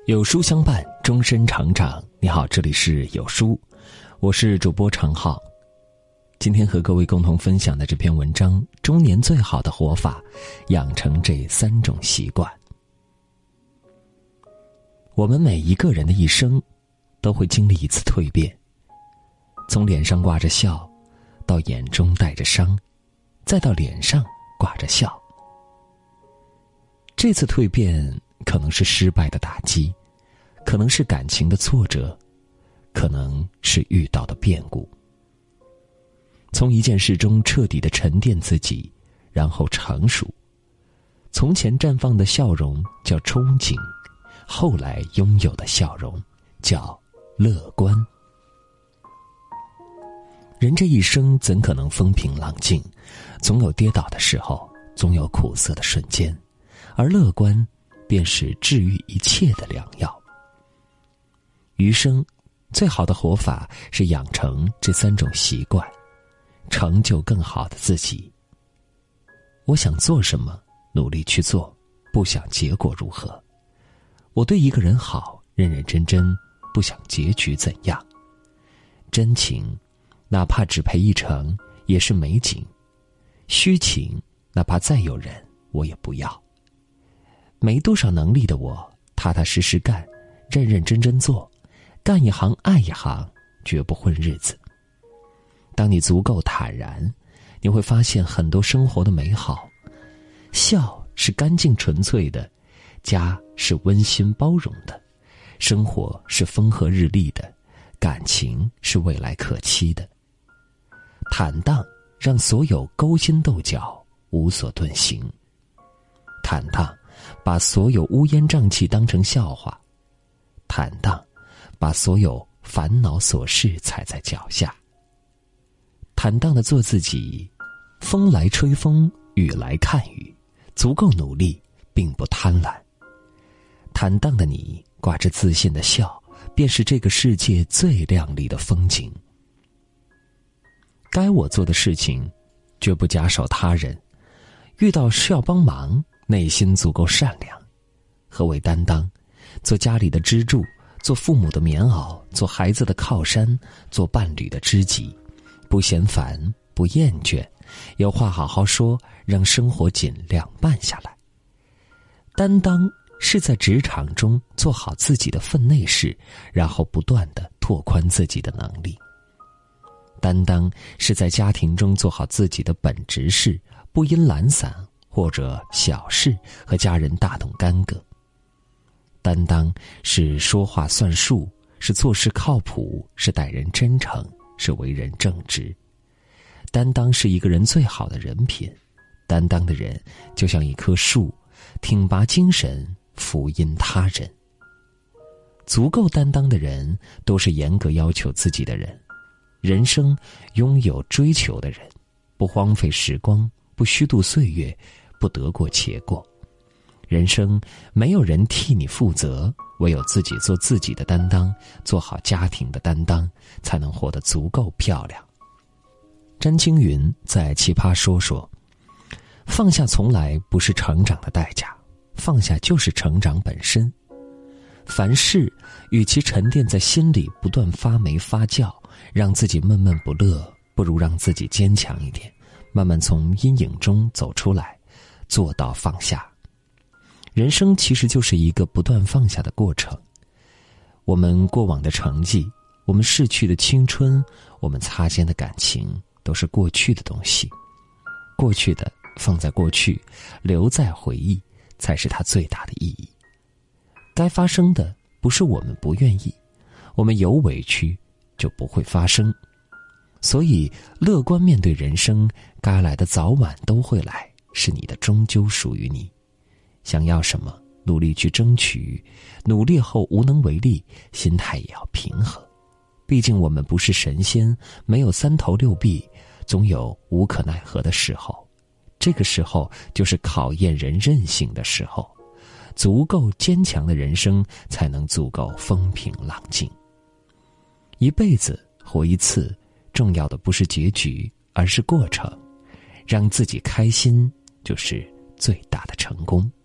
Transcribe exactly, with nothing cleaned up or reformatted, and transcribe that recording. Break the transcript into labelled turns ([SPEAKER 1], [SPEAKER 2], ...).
[SPEAKER 1] 有书相伴，终身成长。你好，这里是有书，我是主播常浩。今天和各位共同分享的这篇文章，中年最好的活法，养成这三种习惯。我们每一个人的一生都会经历一次蜕变，从脸上挂着笑，到眼中带着伤，再到脸上挂着笑。这次蜕变可能是失败的打击，可能是感情的挫折，可能是遇到的变故。从一件事中彻底的沉淀自己，然后成熟。从前绽放的笑容叫憧憬，后来拥有的笑容叫乐观。人这一生怎可能风平浪静，总有跌倒的时候，总有苦涩的瞬间，而乐观便是治愈一切的良药。余生最好的活法是养成这三种习惯，成就更好的自己。我想做什么，努力去做，不想结果如何。我对一个人好，认认真真，不想结局怎样。真情哪怕只赔一成也是美景，虚情哪怕再有人我也不要。没多少能力的我，踏踏实实干，认认真真做，干一行爱一行，绝不混日子。当你足够坦然，你会发现很多生活的美好。笑是干净纯粹的，家是温馨包容的，生活是风和日丽的，感情是未来可期的。坦荡让所有勾心斗角无所遁形，坦荡把所有乌烟瘴气当成笑话，坦荡把所有烦恼琐事踩在脚下。坦荡地做自己，风来吹风，雨来看雨，足够努力并不贪婪。坦荡的你挂着自信的笑，便是这个世界最亮丽的风景。该我做的事情绝不假手他人，遇到需要帮忙，内心足够善良。何为担当？做家里的支柱，做父母的棉袄，做孩子的靠山，做伴侣的知己。不嫌烦，不厌倦，有话好好说，让生活尽量慢下来。担当是在职场中做好自己的分内事，然后不断地拓宽自己的能力。担当是在家庭中做好自己的本职事，不因懒散或者小事和家人大动干戈。担当是说话算数，是做事靠谱，是待人真诚，是为人正直。担当是一个人最好的人品。担当的人就像一棵树，挺拔精神，福荫他人。足够担当的人都是严格要求自己的人。人生拥有追求的人，不荒废时光，不虚度岁月，不得过且过。人生没有人替你负责，唯有自己做自己的担当，做好家庭的担当，才能活得足够漂亮。詹青云在奇葩说说，放下从来不是成长的代价，放下就是成长本身。凡事与其沉淀在心里不断发霉发酵，让自己闷闷不乐，不如让自己坚强一点，慢慢从阴影中走出来，做到放下。人生其实就是一个不断放下的过程。我们过往的成绩，我们逝去的青春，我们擦肩的感情，都是过去的东西。过去的放在过去，留在回忆，才是它最大的意义。该发生的不是我们不愿意，我们有委屈就不会发生。所以乐观面对人生，该来的早晚都会来，是你的终究属于你。想要什么，努力去争取，努力后无能为力，心态也要平和。毕竟我们不是神仙，没有三头六臂，总有无可奈何的时候。这个时候就是考验人韧性的时候。足够坚强的人生，才能足够风平浪静。一辈子活一次，重要的不是结局，而是过程。让自己开心，就是最大的成功。